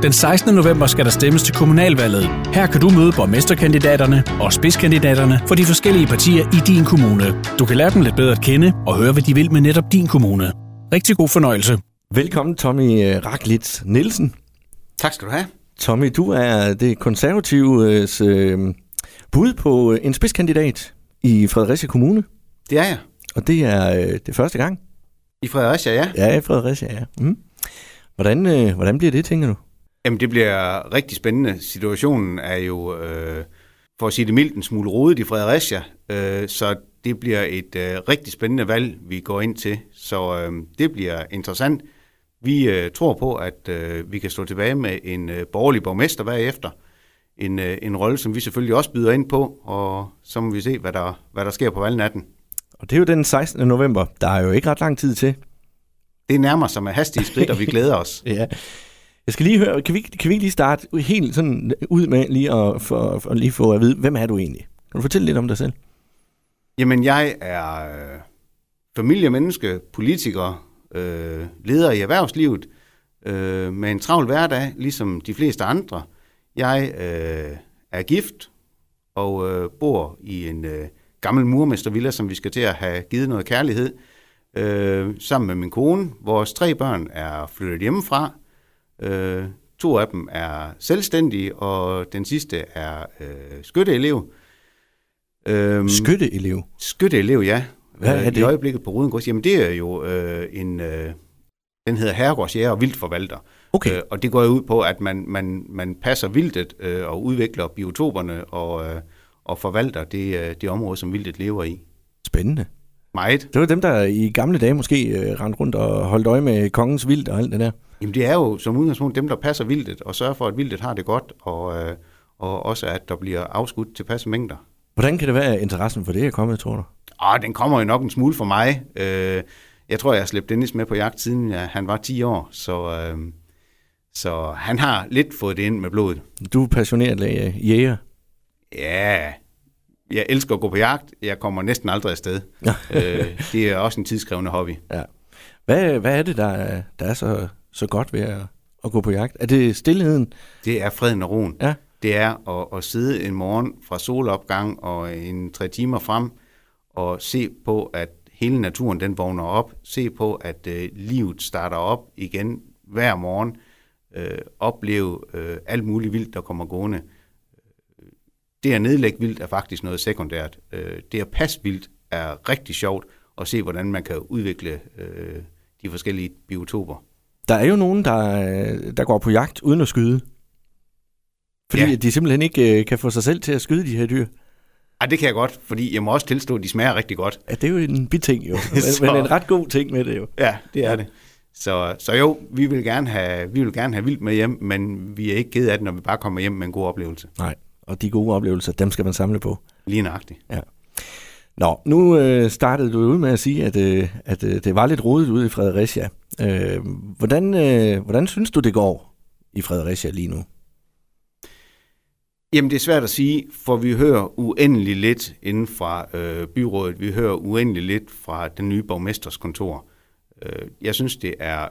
Den 16. november skal der stemmes til kommunalvalget. Her kan du møde borgmesterkandidaterne og spidskandidaterne for de forskellige partier i din kommune. Du kan lære dem lidt bedre at kende og høre, hvad de vil med netop din kommune. Rigtig god fornøjelse. Velkommen, Tommy Raklitz Nielsen. Tak skal du have. Tommy, du er det konservatives bud på en spidskandidat i Fredericia Kommune. Det er jeg. Og det er det første gang. I Fredericia, ja. Ja, i Fredericia, ja. Hvordan bliver det, tænker du? Jamen, det bliver rigtig spændende. Situationen er jo, for at sige det mildt, en smule rodet i Fredericia. Så det bliver et rigtig spændende valg, vi går ind til. Så det bliver interessant. Vi tror på, at vi kan stå tilbage med en borgerlig borgmester bagefter. En rolle, som vi selvfølgelig også byder ind på, og så må vi se, hvad der sker på valgnatten. Og det er jo den 16. november. Der er jo ikke ret lang tid til. Det nærmer sig med hastige skridt, og vi glæder os. Ja. Jeg skal lige høre, kan vi ikke lige starte helt sådan ud med lige at lige få at vide, hvem er du egentlig? Kan du fortælle lidt om dig selv? Jamen, jeg er familiemenneske, politiker, leder i erhvervslivet, med en travl hverdag, ligesom de fleste andre. Jeg er gift og bor i en gammel murmestervilla, som vi skal til at have givet noget kærlighed, sammen med min kone. Vores 3 børn er flyttet hjemmefra. 2 af dem er selvstændige, og den sidste er skytteelev. Skytteelev? Skytteelev, ja. Hvad er det? I øjeblikket på Rudengårds. Jamen, det er jo den hedder herregårdsjæger og vildtforvalter. Okay. Og det går jo ud på, at man passer vildtet og udvikler biotoperne og forvalter det område, som vildtet lever i. Spændende. Meget. Det var dem, der i gamle dage måske rendte rundt og holdt øje med kongens vildt og alt det der. Jamen, det er jo som udgangspunkt dem, der passer vildtet og sørger for, at vildtet har det godt, og også at der bliver afskudt til passe mængder. Hvordan kan det være, at interessen for det er kommet, tror du? Den kommer jo nok en smule for mig. Jeg tror, jeg har slæbt Dennis med på jagt, siden han var 10 år, så han har lidt fået det ind med blodet. Du er passioneret jæger? Ja, jeg elsker at gå på jagt. Jeg kommer næsten aldrig afsted. Det er også en tidskrævende hobby. Ja. Hvad er det, der er så godt ved at gå på jagt? Er det stilheden? Det er freden og roen. Ja. Det er at sidde en morgen fra solopgang og 3 timer frem og se på, at hele naturen den vågner op. Se på, at livet starter op igen hver morgen. Opleve alt muligt vildt, der kommer gående. Det at nedlægge vildt er faktisk noget sekundært. Det at passe vildt er rigtig sjovt at se, hvordan man kan udvikle de forskellige biotoper. Der er jo nogen, der går på jagt uden at skyde. Fordi de simpelthen ikke kan få sig selv til at skyde de her dyr. Ej, det kan jeg godt, fordi jeg må også tilstå, at de smager rigtig godt. Ja, det er jo en biting jo, men en ret god ting med det jo. Ja, det er det. Så jo, vi vil gerne have vildt med hjem, men vi er ikke ked af det, når vi bare kommer hjem med en god oplevelse. Nej, og de gode oplevelser, dem skal man samle på. Lige nøjagtigt. Ja. Nå, nu startede du ud med at sige, at det var lidt rodet ude i Fredericia. Hvordan synes du, det går i Fredericia lige nu? Jamen, det er svært at sige, for vi hører uendelig lidt inden fra byrådet. Vi hører uendelig lidt fra den nye borgmesters kontor. Jeg synes, det er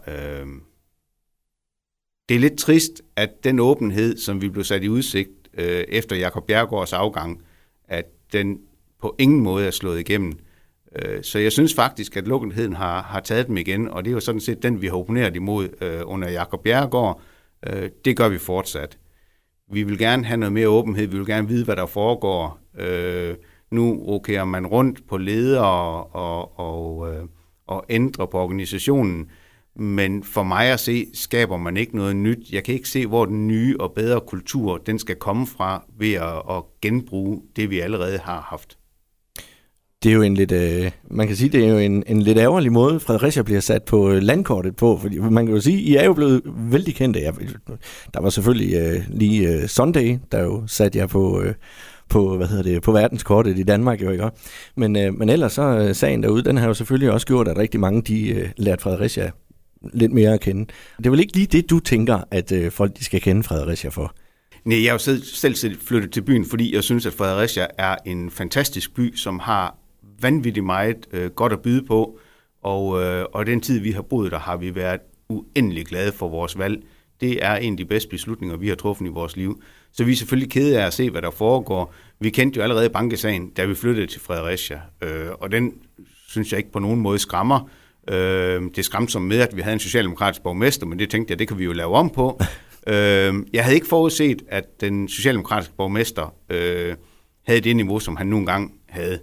lidt trist, at den åbenhed, som vi blev sat i udsigt efter Jakob Bjerregaards afgang, at den på ingen måde er slået igennem. Så jeg synes faktisk, at lukketheden har taget dem igen, og det er jo sådan set den, vi har opponeret imod under Jakob Bjerregaard. Det gør vi fortsat. Vi vil gerne have noget mere åbenhed, vi vil gerne vide, hvad der foregår. Nu rokerer man rundt på ledere og ændrer på organisationen, men for mig at se, skaber man ikke noget nyt. Jeg kan ikke se, hvor den nye og bedre kultur, den skal komme fra ved at genbruge det, vi allerede har haft. Det er jo en lidt, man kan sige, det er jo en lidt ærgerlig måde, Fredericia bliver sat på landkortet på, fordi man kan jo sige, I er jo blevet vældig kendte. Der var selvfølgelig lige Sunday, der jo satte jer på verdenskortet i Danmark, jo ikke? Men ellers så sagen derude, den har jo selvfølgelig også gjort, at rigtig mange, de lærte Fredericia lidt mere at kende. Det er vel ikke lige det, du tænker, at folk de skal kende Fredericia for? Nej, jeg er jo selv flyttet til byen, fordi jeg synes, at Fredericia er en fantastisk by, som har vanvittigt meget godt at byde på, og den tid, vi har boet der, har vi været uendelig glade for vores valg. Det er en af de bedste beslutninger, vi har truffet i vores liv. Så vi er selvfølgelig kede af at se, hvad der foregår. Vi kendte jo allerede bankesagen, da vi flyttede til Fredericia, og den synes jeg ikke på nogen måde skræmmer. Det skræmte som med, at vi havde en socialdemokratisk borgmester, men det tænkte jeg, det kan vi jo lave om på. Jeg havde ikke forudset, at den socialdemokratiske borgmester havde det niveau, som han nu engang havde.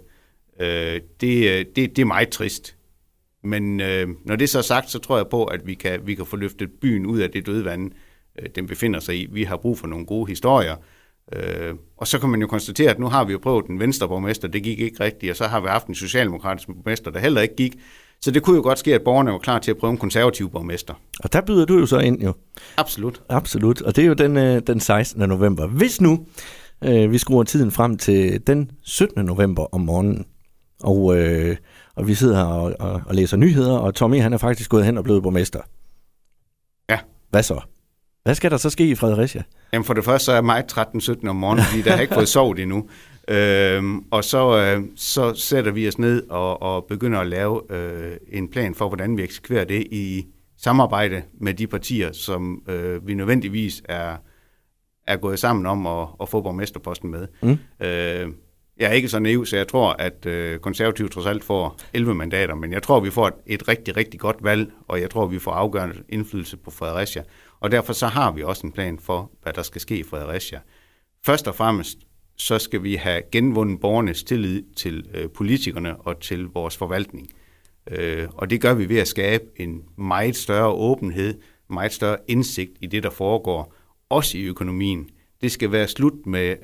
Det er meget trist. Men når det så er sagt, så tror jeg på, at vi kan få løftet byen ud af det dødvande, den befinder sig i. Vi har brug for nogle gode historier. Og så kan man jo konstatere, at nu har vi jo prøvet den venstre borgmester, det gik ikke rigtigt, og så har vi haft en socialdemokratisk borgmester, der heller ikke gik. Så det kunne jo godt ske, at borgerne var klar til at prøve en konservativ borgmester. Og der byder du jo så ind jo. Absolut. Absolut, og det er jo den 16. november. Hvis nu vi skruer tiden frem til den 17. november om morgenen, og vi sidder her og læser nyheder, og Tommy han er faktisk gået hen og blevet borgmester. Ja. Hvad så? Hvad skal der så ske i Fredericia? Jamen for det første så er jeg meget træt den 17. om morgenen, fordi der har ikke fået sovet endnu. Og så sætter vi os ned og begynder at lave en plan for, hvordan vi eksekverer det i samarbejde med de partier, som vi nødvendigvis er gået sammen om at få borgmesterposten med. Jeg er ikke så naiv, så jeg tror, at konservative trods alt får 11 mandater, men jeg tror, vi får et rigtig, rigtig godt valg, og jeg tror, vi får afgørende indflydelse på Fredericia. Og derfor så har vi også en plan for, hvad der skal ske i Fredericia. Først og fremmest, så skal vi have genvundet borgernes tillid til politikerne og til vores forvaltning. Og det gør vi ved at skabe en meget større åbenhed, meget større indsigt i det, der foregår, også i økonomien. Det skal være slut med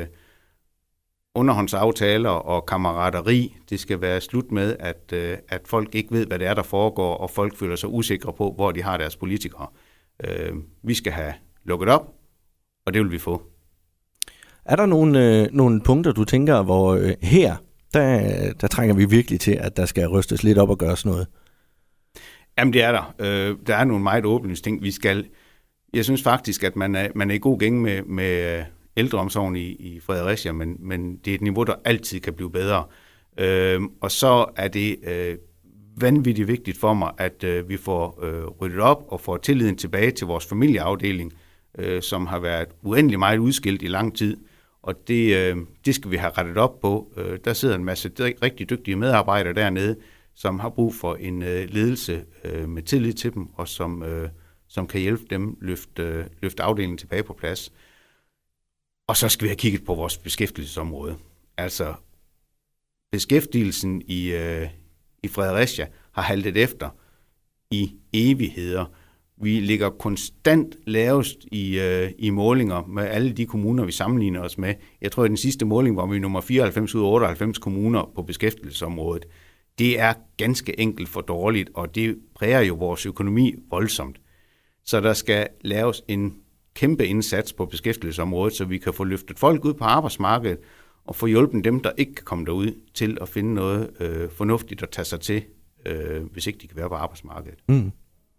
underhåndsaftaler og kammerateri. Det skal være slut med, at folk ikke ved, hvad det er, der foregår, og folk føler sig usikre på, hvor de har deres politikere. Vi skal have lukket op, og det vil vi få. Er der nogle punkter, du tænker, hvor her, der trænger vi virkelig til, at der skal rystes lidt op og gøres noget? Jamen det er der. Der er nogle meget åbningsting, vi skal. Jeg synes faktisk, at man er i god gænge med ældreomsorgen i Fredericia, men det er et niveau, der altid kan blive bedre. Og så er det vanvittigt vigtigt for mig, at vi får ryddet op og får tilliden tilbage til vores familieafdeling, som har været uendelig meget udskilt i lang tid. Og det skal vi have rettet op på. Der sidder en masse rigtig dygtige medarbejdere dernede, som har brug for en ledelse med tillid til dem, og som kan hjælpe dem løfte afdelingen tilbage på plads. Og så skal vi have kigget på vores beskæftigelsesområde. Altså, beskæftigelsen i Fredericia har haltet efter i evigheder. Vi ligger konstant lavest i målinger med alle de kommuner, vi sammenligner os med. Jeg tror, i den sidste måling var vi nummer 94 ud af 98 kommuner på beskæftigelsesområdet. Det er ganske enkelt for dårligt, og det præger jo vores økonomi voldsomt. Så der skal laves en kæmpe indsats på beskæftigelsesområdet, så vi kan få løftet folk ud på arbejdsmarkedet og få hjulpet dem, der ikke kan komme derud, til at finde noget fornuftigt at tage sig til, hvis ikke de kan være på arbejdsmarkedet. Mm.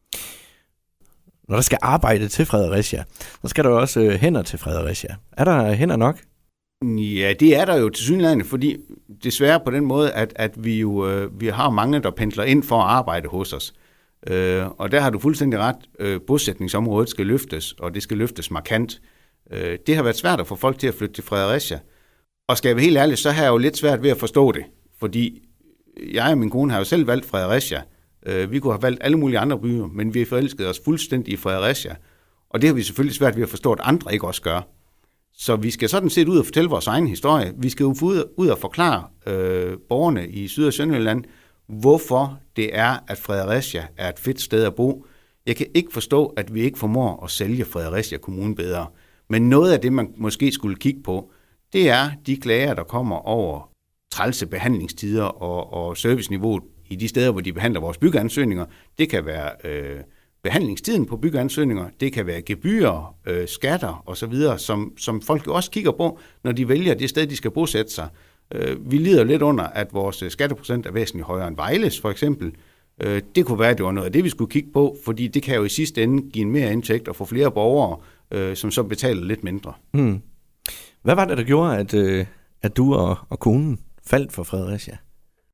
Når der skal arbejde til Fredericia, så skal der jo også hænder til Fredericia. Er der hænder nok? Ja, det er der jo tilsyneladende, fordi desværre på den måde, at vi har mange, der pendler ind for at arbejde hos os. Og der har du fuldstændig ret. Bosætningsområdet skal løftes, og det skal løftes markant. Det har været svært at få folk til at flytte til Fredericia. Og skal jeg være helt ærlig, så har jeg jo lidt svært ved at forstå det, fordi jeg og min kone har jo selv valgt Fredericia. Vi kunne have valgt alle mulige andre byer, men vi har forelsket os fuldstændig i Fredericia. Og det har vi selvfølgelig svært ved at forstå, at andre ikke også gør. Så vi skal sådan set ud og fortælle vores egen historie. Vi skal jo ud og forklare borgerne i Syd- og Sønderjylland, hvorfor det er, at Fredericia er et fedt sted at bo. Jeg kan ikke forstå, at vi ikke formår at sælge Fredericia Kommune bedre. Men noget af det, man måske skulle kigge på, det er de klager, der kommer over trælse behandlingstider og serviceniveauet i de steder, hvor de behandler vores byggeansøgninger. Det kan være behandlingstiden på byggeansøgninger, det kan være gebyrer, skatter osv., som folk også kigger på, når de vælger det sted, de skal bosætte sig. Vi lider lidt under, at vores skatteprocent er væsentligt højere end Vejles, for eksempel. Det kunne være, at det var noget af det, vi skulle kigge på, fordi det kan jo i sidste ende give en mere indtægt og få flere borgere, som så betaler lidt mindre. Hmm. Hvad var det, der gjorde, at du og konen faldt for Fredericia?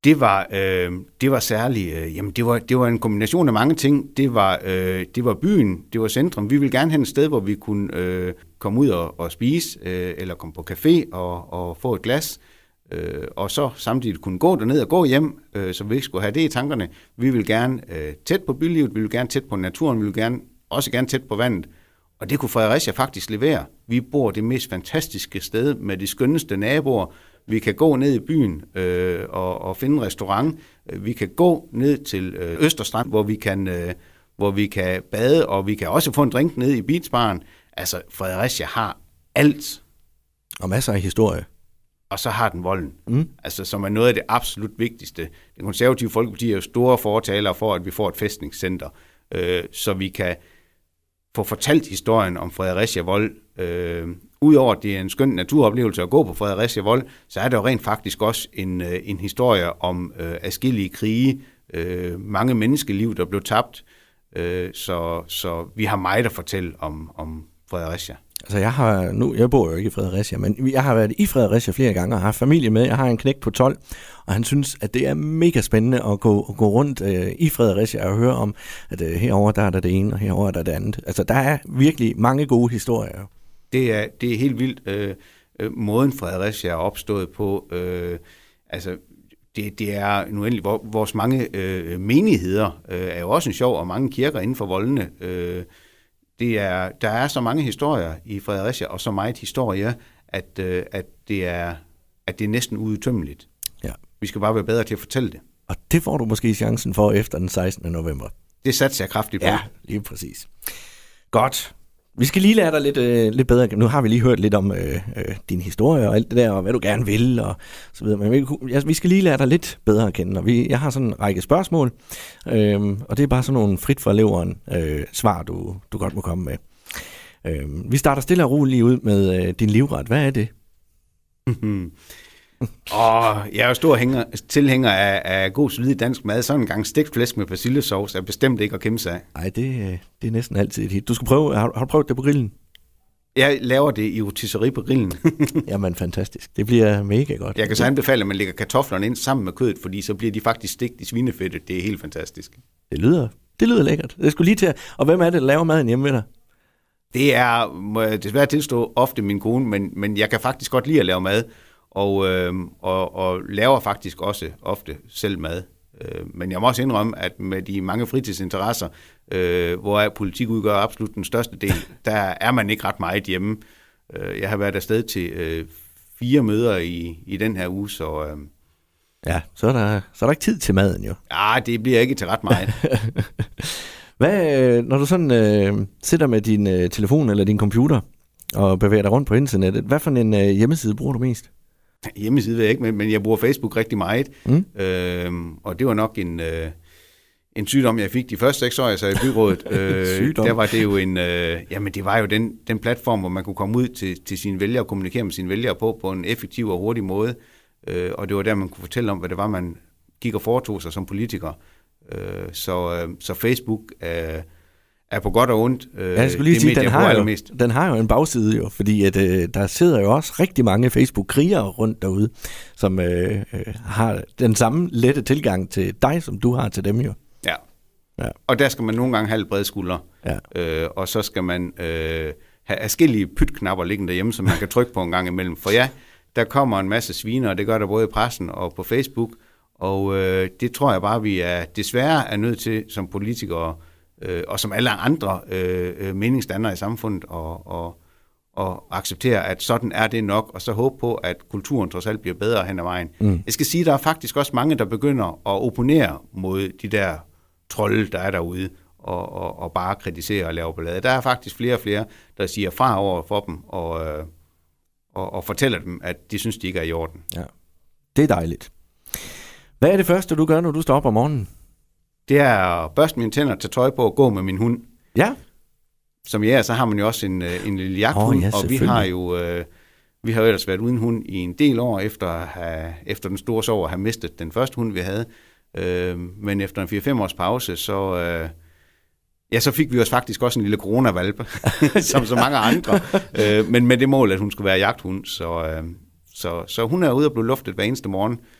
Det var særligt, jamen det var en kombination af mange ting. Det var byen, det var centrum. Vi ville gerne have et sted, hvor vi kunne komme ud og spise, eller komme på café og få et glas, og så samtidig kunne gå derned og gå hjem, så vi ikke skulle have det i tankerne. Vi ville gerne tæt på bylivet, vi ville gerne tæt på naturen, vi ville også gerne tæt på vandet. Og det kunne Fredericia faktisk levere. Vi bor det mest fantastiske sted med de skønneste naboer. Vi kan gå ned i byen og finde en restaurant. Vi kan gå ned til Østerstrand, hvor vi kan bade, og vi kan også få en drink ned i beachbaren. Altså, Fredericia har alt. Og masser af historie. Og så har den volden, altså, som er noget af det absolut vigtigste. Det konservative Folkeparti er jo store fortalere for, at vi får et fæstningscenter, så vi kan få fortalt historien om Fredericia Vold. Udover at det er en skøn naturoplevelse at gå på Fredericia Vold, så er der jo rent faktisk også en historie om adskillige krige, mange menneskeliv, der blev tabt, så vi har meget at fortælle om Fredericia. Altså jeg bor jo ikke i Fredericia, men jeg har været i Fredericia flere gange og har familie med. Jeg har en knægt på 12, og han synes, at det er mega spændende at gå rundt i Fredericia og høre om, at herover der er der det ene, og herover der er det andet. Altså der er virkelig mange gode historier. Det er helt vildt, måden Fredericia er opstået på. Altså det er en uendelig, vores mange menigheder er jo også en sjov, og mange kirker inden for voldene. Der er så mange historier i Fredericia, og så meget historie, at det er næsten uudtømmeligt. Ja. Vi skal bare være bedre til at fortælle det. Og det får du måske chancen for efter den 16. november. Det satser jeg kraftigt på. Ja, lige præcis. Godt. Vi skal lige lære dig lidt bedre. Nu har vi lige hørt lidt om din historie og alt det der, og hvad du gerne vil, og så videre. Men vi skal lige lære dig lidt bedre at kende. Og jeg har sådan en række spørgsmål, og det er bare sådan nogle frit fra leveren svar, du godt må komme med. Vi starter stille og roligt ud med din livret. Hvad er det? Jeg er jo stor tilhænger af god solid dansk mad. Sådan en gang stegt flæsk med persillesauce er bestemt ikke at kæmpe sig af. Nej, det er næsten altid et hit. Du skal prøve. Har du prøvet det på grillen? Jeg laver det i rotisserie på grillen. Jamen fantastisk. Det bliver mega godt. Jeg kan så anbefale, at man lægger kartoflerne ind sammen med kødet, fordi så bliver de faktisk stegt i svinefedtet. Det er helt fantastisk. Det lyder lækkert. Det skulle lige til. Og hvem er det, der laver maden hjemme ved dig? Det er, må jeg desværre tilstå, ofte min kone, men jeg kan faktisk godt lide at lave mad. Og laver faktisk også ofte selv mad. Men jeg må også indrømme, at med de mange fritidsinteresser, hvor politik udgør absolut den største del, der er man ikke ret meget hjemme. Jeg har været afsted til 4 møder i den her uge, så... Ja, så er der ikke tid til maden jo. Ja, det bliver ikke til ret meget. Hvad, når du sådan sidder med din telefon eller din computer og bevæger dig rundt på internettet, hvad for en hjemmeside bruger du mest? Hjemmeside ved jeg ikke, men jeg bruger Facebook rigtig meget. Og det var nok en sygdom, jeg fik de første 6 år, jeg sad i byrådet. Der var det jo det var jo den platform, hvor man kunne komme ud til sine vælgere og kommunikere med sine vælgere på en effektiv og hurtig måde. Og det var der, man kunne fortælle om, hvad det var, man gik og foretog sig som politiker. Så Facebook er på godt og ondt. Jeg skulle lige sige, den har jo en bagside jo, fordi at, der sidder jo også rigtig mange Facebook-krigere rundt derude, som har den samme lette tilgang til dig, som du har til dem jo. Ja. Og der skal man nogle gange have lidt brede skuldre, og så skal man have forskellige pytknapper liggende derhjemme, som man kan trykke på en gang imellem. For ja, der kommer en masse sviner, og det gør der både i pressen og på Facebook, og det tror jeg bare, vi desværre er nødt til som politikere, og som alle andre meningsdannere i samfundet, og acceptere, at sådan er det nok, og så håbe på, at kulturen trods alt bliver bedre hen ad vejen. Jeg skal sige, at der er faktisk også mange, der begynder at opponere mod de der trolde, der er derude, og bare kritisere og lave ballade. Der er faktisk flere og flere, der siger fra over for dem, og fortæller dem, at de synes, de ikke er i orden. Ja, det er dejligt. Hvad er det første, du gør, når du står op om morgenen? Det er at børste mine tænder, tage tøj på og gå med min hund. Ja. Som så har man jo også en lille jagthund, og vi har jo ellers været uden hund i en del år, efter den store sorg at have mistet den første hund, vi havde. Men efter en 4-5 års pause, så fik vi også faktisk også en lille coronavalpe, som så mange andre. Men med det mål, at hun skulle være jagthund. Så hun er ude og blive luftet hver eneste morgen.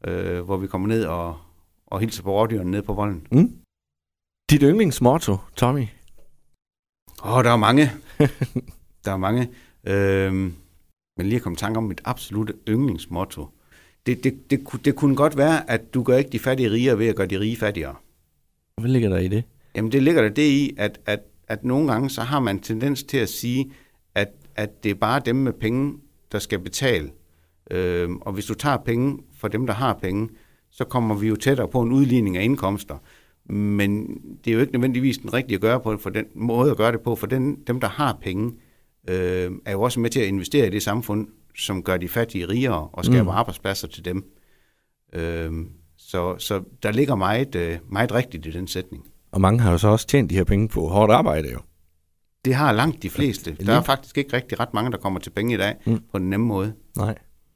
hvor vi kommer ned og hilser på rådyrene ned på volden. Mm. Dit yndlingsmotto, Tommy? Der er mange. Der er mange. Men lige at komme i tanke om mit absolutte yndlingsmotto. Det kunne godt være, at du gør ikke de fattige rigere ved at gøre de rige fattigere. Hvad ligger der i det? Jamen det ligger der det i, at nogle gange så har man tendens til at sige, at det er bare dem med penge, der skal betale. Og hvis du tager penge fra dem, der har penge, så kommer vi jo tættere på en udligning af indkomster. Men det er jo ikke nødvendigvis den rigtige at gøre på, for den måde at gøre det på, for dem, der har penge, er jo også med til at investere i det samfund, som gør de fattige rigere og skaber arbejdspladser til dem. Så der ligger meget rigtigt i den sætning. Og mange har jo så også tjent de her penge på hårdt arbejde jo. Det har langt de fleste. Der er faktisk ikke rigtig ret mange, der kommer til penge i dag på den nemme måde. Nej.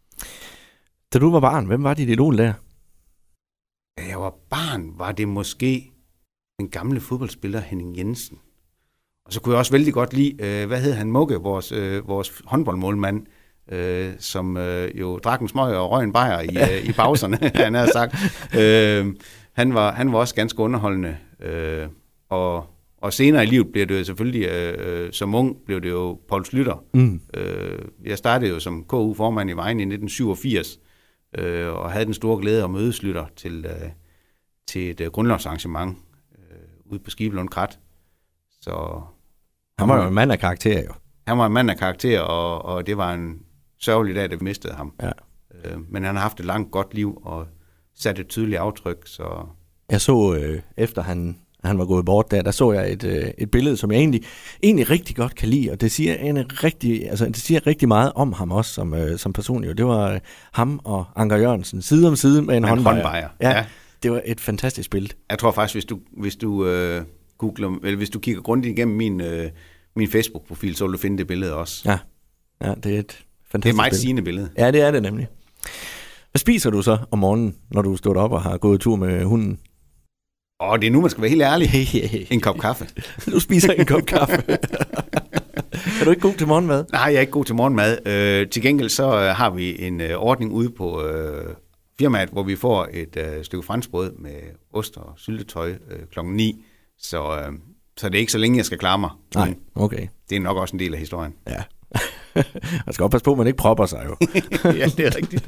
Da du var barn, hvem var dit idol der? Da jeg var barn, var det måske den gamle fodboldspiller Henning Jensen. Og så kunne jeg også vældig godt lide, hvad hed han, Mugge, vores håndboldmålmand, som jo drak en smøg og røg en bajer i pauserne, han har sagt. Han var også ganske underholdende. Og senere i livet blev det jo selvfølgelig, som ung, blev det jo Poul Schlüter. Jeg startede jo som KU-formand i Vejen i 1987, og havde den store glæde at møde Schlüter til et grundlovsarrangement ude på Skibelund Krat. Så han var jo en mand af karakter jo. Han var en mand af karakter, og det var en sørgelig dag, da vi mistede ham. Ja. Men han har haft et langt godt liv og sat et tydeligt aftryk. Så jeg så, efter han var gået bort der så jeg et billede, som jeg egentlig rigtig godt kan lide, og det siger rigtig meget om ham også som person. Jo. Det var ham og Anker Jørgensen side om side med en håndbajer. Ja, det var et fantastisk billede. Jeg tror faktisk, hvis du googler, eller hvis du kigger grundigt igennem min Facebook-profil, så vil du finde det billede også. Ja, det er et fantastisk billede. Det er meget sigende billede. Ja, det er det nemlig. Hvad spiser du så om morgenen, når du stået op og har gået tur med hunden? Det er nu, man skal være helt ærlig. En kop kaffe. Du spiser en kop kaffe. Er du ikke god til morgenmad? Nej, jeg er ikke god til morgenmad. Til gengæld så har vi en ordning ude på firmaet, hvor vi får et stykke franskbrød med ost og syltetøj klokken 9. Så det er ikke så længe, jeg skal klare mig. Nej, okay. Det er nok også en del af historien. Ja. Man skal også passe på, at man ikke propper sig jo. Ja, det er rigtigt.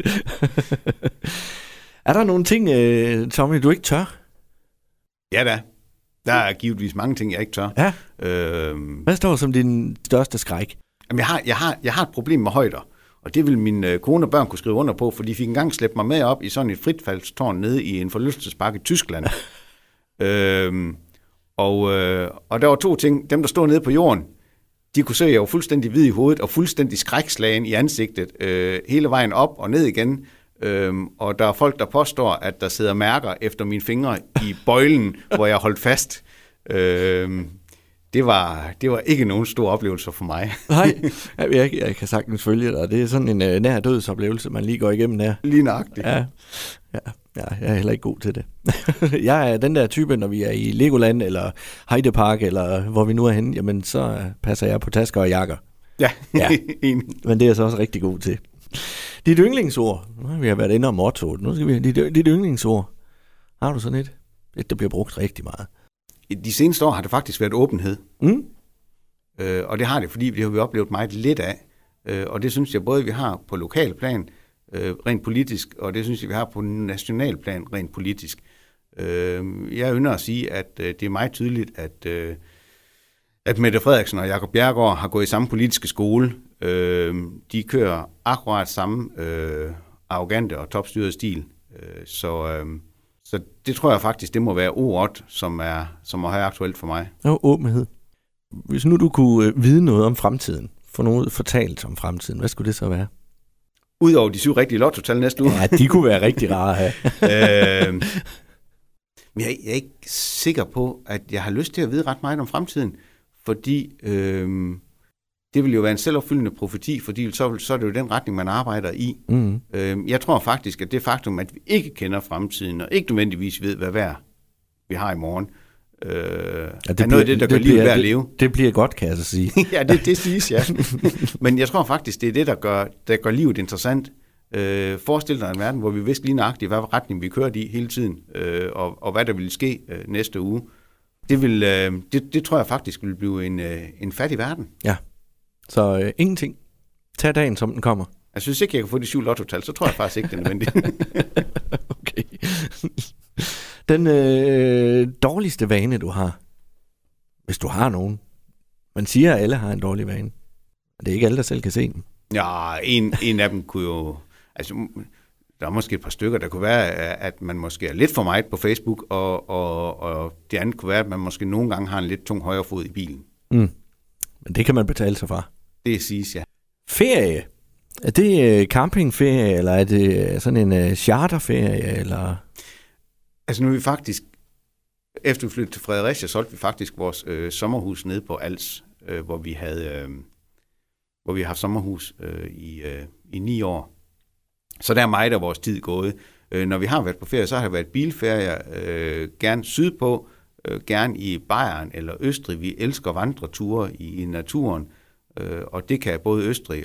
Er der nogle ting, Tommy, du ikke tør? Ja da. Der er givetvis mange ting, jeg ikke tør. Ja. Hvad står som din største skræk? Jamen, jeg har et problem med højder. Og det vil mine kone og børn kunne skrive under på, for de fik engang slæbt mig med op i sådan et fritfaldstårn nede i en forlystelsespark i Tyskland. Og der var to ting. Dem, der stod nede på jorden, de kunne se, at jeg var fuldstændig hvid i hovedet og fuldstændig skrækslagen i ansigtet hele vejen op og ned igen. Og der er folk, der påstår, at der sidder mærker efter mine fingre i bøjlen, hvor jeg holdt fast. Det var ikke nogen stor oplevelse for mig. Nej, jeg kan sagtens følge dig. Det er sådan en nær dødsoplevelse, man lige går igennem der. Lige nøjagtigt. Ja, jeg er heller ikke god til det. Jeg er den der type, når vi er i Legoland eller Heide Park, eller hvor vi nu er henne, jamen så passer jeg på tasker og jakker. Ja. Men det er jeg så også rigtig god til. Dit yndlingsord. Nu har vi været inde om mottoet. Nu skal vi dit yndlingsord. Har du sådan et, der bliver brugt rigtig meget? De seneste år har det faktisk været åbenhed. Og det har det, fordi det har vi oplevet meget lidt af. Og det synes jeg både, vi har på lokalplan rent politisk, og det synes jeg, vi har på nationalplan rent politisk. Jeg ynder at sige, at det er meget tydeligt, at Mette Frederiksen og Jakob Bjerregaard har gået i samme politiske skole. De kører akkurat samme arrogante og topstyrede stil. Så det tror jeg faktisk, det må være ordet, som er aktuelt for mig. Og åbenhed. Hvis nu du kunne vide noget om fremtiden, få noget fortalt om fremtiden, hvad skulle det så være? Udover de 7 rigtige lottotal næste uge. Ja, de kunne være rigtig rare at have. Men jeg er ikke sikker på, at jeg har lyst til at vide ret meget om fremtiden, fordi det vil jo være en selvopfyldende profeti, fordi så er det jo den retning, man arbejder i. Jeg tror faktisk, at det faktum, at vi ikke kender fremtiden, og ikke nødvendigvis ved, hvad vejr vi har i morgen, er noget af det, der gør livet værd at leve. Det bliver godt, kan jeg så sige. Ja, det siges, ja. Men jeg tror faktisk, det er det, der gør livet interessant. Forestil dig en verden, hvor vi vidste lige nøjagtigt, hvad retning vi kørte i hele tiden, og hvad der ville ske næste uge. Det tror jeg faktisk vil blive en fattig verden. Ja, så ingenting. Tag dagen, som den kommer. Jeg synes ikke, jeg kan få de 7 lottotal, så tror jeg faktisk ikke, det er nødvendigt. Okay. Den dårligste vane, du har, hvis du har nogen. Man siger, at alle har en dårlig vane. Det er ikke alle, der selv kan se den. Ja, en af dem kunne jo... Altså, der er måske et par stykker, der kunne være, at man måske er lidt for meget på Facebook, og det andet kunne være, at man måske nogle gange har en lidt tung højre fod i bilen. Men det kan man betale sig fra. Det siges, ja. Ferie. Er det campingferie, eller er det sådan en charterferie, eller... Altså nu er vi faktisk... Efter vi flyttede til Fredericia, solgte vi faktisk vores sommerhus nede på Als, hvor vi har haft sommerhus i 9 år. Så der er meget af vores tid gået. Når vi har været på ferie, så har det været bilferier, gerne sydpå, gerne i Bayern eller Østrig. Vi elsker vandreture i naturen, og det kan både Østrig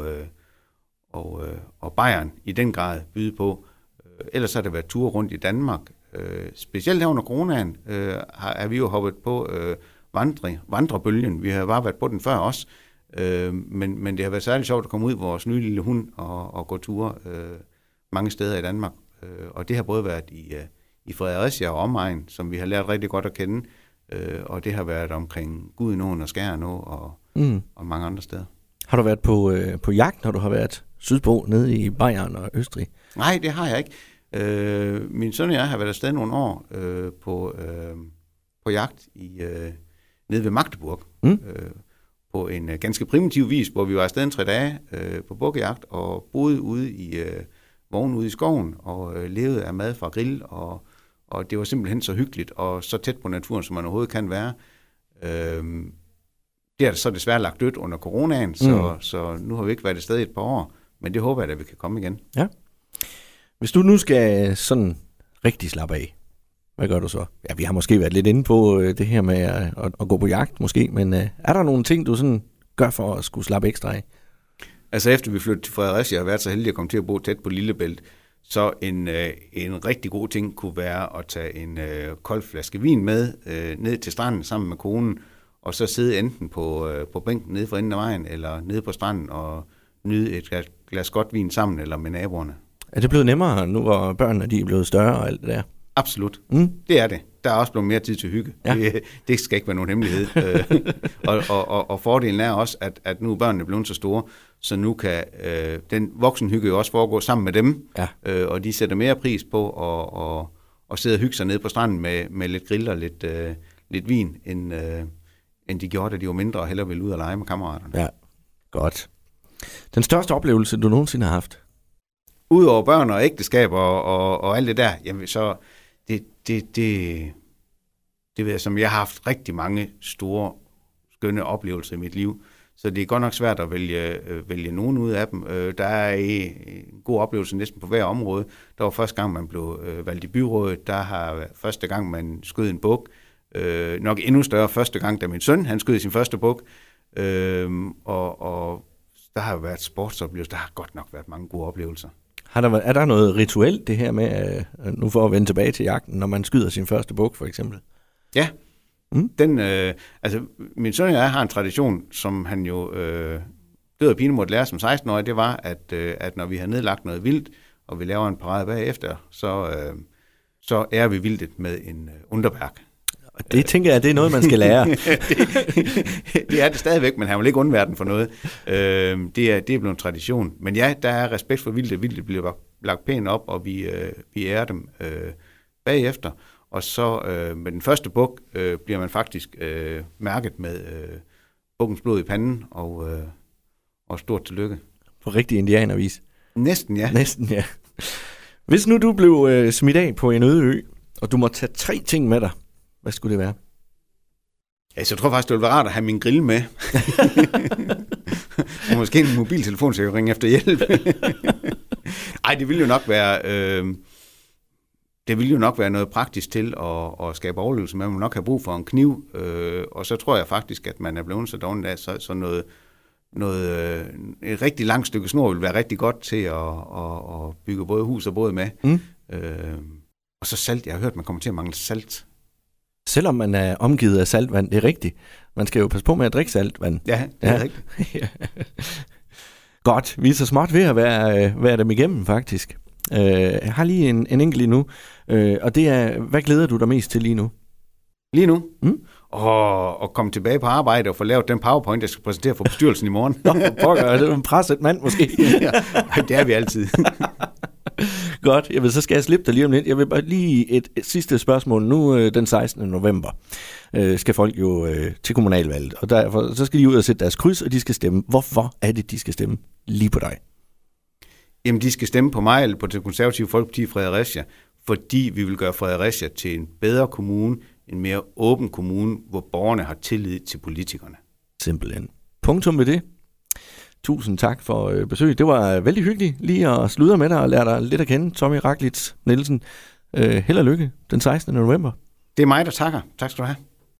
og Bayern i den grad byde på. Ellers har det været ture rundt i Danmark. Specielt her under coronaen er vi jo hoppet på vandrebølgen. Vi har bare været på den før også. Men det har været særligt sjovt at komme ud med vores nye lille hund og gå ture mange steder i Danmark. Og det har både været i Fredericia og omegn, som vi har lært rigtig godt at kende. Og det har været omkring Gudenåen og Skjern og mange andre steder. Har du været på jagt, når du har været sydpå nede i Bayern og Østrig? Nej, det har jeg ikke. Min søn og jeg har været afsted nogle år på jagt nede ved Magdeburg. På en ganske primitiv vis, hvor vi var afsted 3 dage på bukkejagt og boede ude i vognen ude i skoven og levede af mad fra grill, og det var simpelthen så hyggeligt og så tæt på naturen, som man overhovedet kan være. Det er så desværre lagt dødt under coronaen, så nu har vi ikke været afsted i et par år, men det håber jeg, at vi kan komme igen. Ja. Hvis du nu skal sådan rigtig slappe af, hvad gør du så? Ja, vi har måske været lidt inde på det her med at gå på jagt måske, men er der nogle ting, du sådan gør for at skulle slappe ekstra af? Altså efter vi flyttede til Fredericia og har været så heldige at komme til at bo tæt på Lillebælt, så en rigtig god ting kunne være at tage en kold flaske vin med ned til stranden sammen med konen, og så sidde enten på bænken nede for enden af vejen, eller nede på stranden og nyde et glas godt vin sammen, eller med naboerne. Er det blevet nemmere nu, hvor børnene de er blevet større og alt det der? Absolut. Det er det. Der er også blevet mere tid til hygge. Ja. Det skal ikke være nogen hemmelighed. og fordelen er også, at nu er børnene blevet så store, så nu kan den voksenhygge jo også foregå sammen med dem. Ja. Og de sætter mere pris på at sidde og hygge sig nede på stranden med lidt grill og lidt vin, end de gjorde, da de var mindre og hellere ville ud og lege med kammeraterne. Ja, godt. Den største oplevelse, du nogensinde har haft? Udover børn og ægteskab og alt det der, jamen så det ved jeg, som jeg har haft rigtig mange store, skønne oplevelser i mit liv, så det er godt nok svært at vælge nogen ud af dem. Der er en god oplevelse næsten på hver område. Der var første gang, man blev valgt i byrådet, der har første gang, man skød en buk, nok endnu større første gang, da min søn, han skød sin første buk, og der har jo været sportsoplevelser, der har godt nok været mange gode oplevelser. Er der noget rituelt det her med, nu for at vende tilbage til jagten, når man skyder sin første buk for eksempel? Ja, min søn og jeg har en tradition, som han jo død og pine måtte lære som 16-årig, det var, at når vi har nedlagt noget vildt, og vi laver en parade bagefter, så ærer vi vildtet med en underberg. Det tænker jeg, det er noget, man skal lære. det er det stadigvæk, men han vil ikke undvære den for noget. Det er blevet en tradition. Men ja, der er respekt for vildtet. Vildtet bliver lagt pænt op, og vi ærer dem bagefter. Og så med den første buk bliver man faktisk mærket med bukkens blod i panden, og stort tillykke. På rigtig indianervis. Næsten, ja. Næsten, ja. Hvis nu du blev smidt af på en øde ø, og du må tage 3 ting med dig, hvad skulle det være? Altså, jeg tror faktisk, det ville være rart at have min grill med. Og måske en mobiltelefon, så jeg kan ringe efter hjælp. Ej, det ville jo nok være noget praktisk til at skabe overlevelse. Man må nok have brug for en kniv. Og så tror jeg faktisk, at man er blevet så dårlig af så et rigtig langt stykke snor vil være rigtig godt til at bygge både hus og båd med. Og så salt. Jeg har hørt, man kommer til at mangle salt. Selvom man er omgivet af saltvand, det er rigtigt. Man skal jo passe på med at drikke saltvand. Ja, det er rigtigt. Godt, vi er så småt ved at være dem igennem, faktisk. Jeg har lige en enkelt nu, og det er, hvad glæder du dig mest til lige nu? Lige nu? Og komme tilbage på arbejde og få lavet den PowerPoint, jeg skal præsentere for bestyrelsen i morgen. Nå, pokker, det er en presset mand måske. Ja, det er vi altid. Godt, så skal jeg slippe dig lige om lidt. Jeg vil bare lige et sidste spørgsmål. Nu den 16. november skal folk jo til kommunalvalget, og derfor så skal de ud og sætte deres kryds, og de skal stemme. Hvorfor er det, de skal stemme lige på dig? Jamen, de skal stemme på mig eller på det konservative Folkeparti i Fredericia, fordi vi vil gøre Fredericia til en bedre kommune, en mere åben kommune, hvor borgerne har tillid til politikerne. Simpelthen. Punktum med det. Tusind tak for besøget. Det var vældig hyggeligt lige at sludre med dig og lære dig lidt at kende. Tommy Raklitz Nielsen. Held og lykke den 16. november. Det er mig, der takker. Tak skal du have.